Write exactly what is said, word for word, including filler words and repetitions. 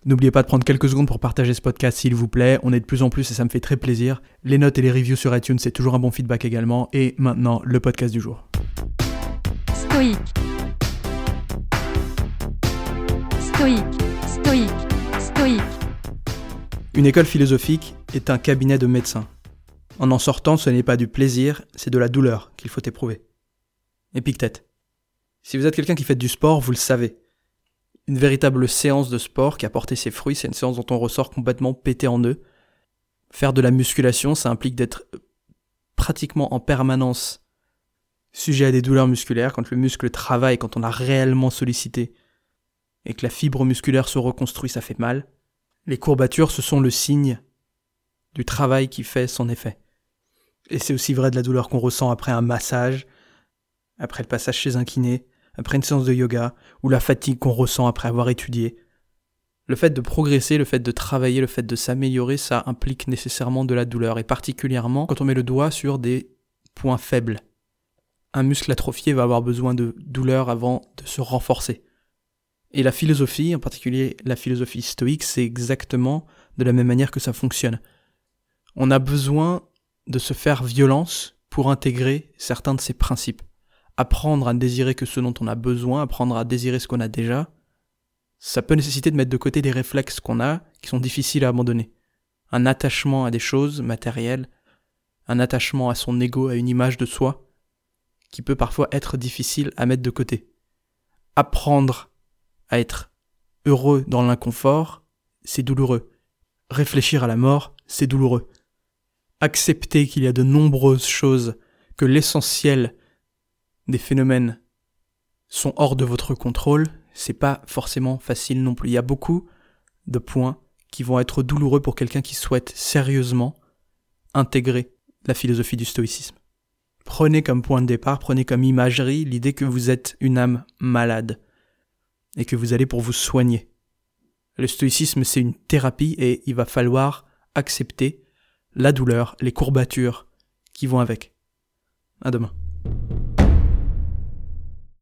N'oubliez pas de prendre quelques secondes pour partager ce podcast s'il vous plaît, on est de plus en plus et ça me fait très plaisir. Les notes et les reviews sur iTunes, c'est toujours un bon feedback également. Et maintenant, le podcast du jour. Stoïque. Stoïque. Stoïque. Stoïque. Une école philosophique est un cabinet de médecins. En en sortant, ce n'est pas du plaisir, c'est de la douleur qu'il faut éprouver. Épictète. Si vous êtes quelqu'un qui fait du sport, vous le savez. Une véritable séance de sport qui a porté ses fruits, c'est une séance dont on ressort complètement pété en œufs. Faire de la musculation, ça implique d'être pratiquement en permanence sujet à des douleurs musculaires, quand le muscle travaille, quand on a réellement sollicité, et que la fibre musculaire se reconstruit, ça fait mal. Les courbatures, ce sont le signe du travail qui fait son effet. Et c'est aussi vrai de la douleur qu'on ressent après un massage, après le passage chez un kiné, après une séance de yoga, ou la fatigue qu'on ressent après avoir étudié. Le fait de progresser, le fait de travailler, le fait de s'améliorer, ça implique nécessairement de la douleur, et particulièrement quand on met le doigt sur des points faibles. Un muscle atrophié va avoir besoin de douleur avant de se renforcer. Et la philosophie, en particulier la philosophie stoïque, c'est exactement de la même manière que ça fonctionne. On a besoin de se faire violence pour intégrer certains de ces principes. Apprendre à désirer que ce dont on a besoin, apprendre à désirer ce qu'on a déjà, ça peut nécessiter de mettre de côté des réflexes qu'on a qui sont difficiles à abandonner. Un attachement à des choses matérielles, un attachement à son ego, à une image de soi, qui peut parfois être difficile à mettre de côté. Apprendre à être heureux dans l'inconfort, c'est douloureux. Réfléchir à la mort, c'est douloureux. Accepter qu'il y a de nombreuses choses, que l'essentiel des phénomènes sont hors de votre contrôle, c'est pas forcément facile non plus. Il y a beaucoup de points qui vont être douloureux pour quelqu'un qui souhaite sérieusement intégrer la philosophie du stoïcisme. Prenez comme point de départ, prenez comme imagerie l'idée que vous êtes une âme malade et que vous allez pour vous soigner. Le stoïcisme, c'est une thérapie et il va falloir accepter la douleur, les courbatures qui vont avec. À demain.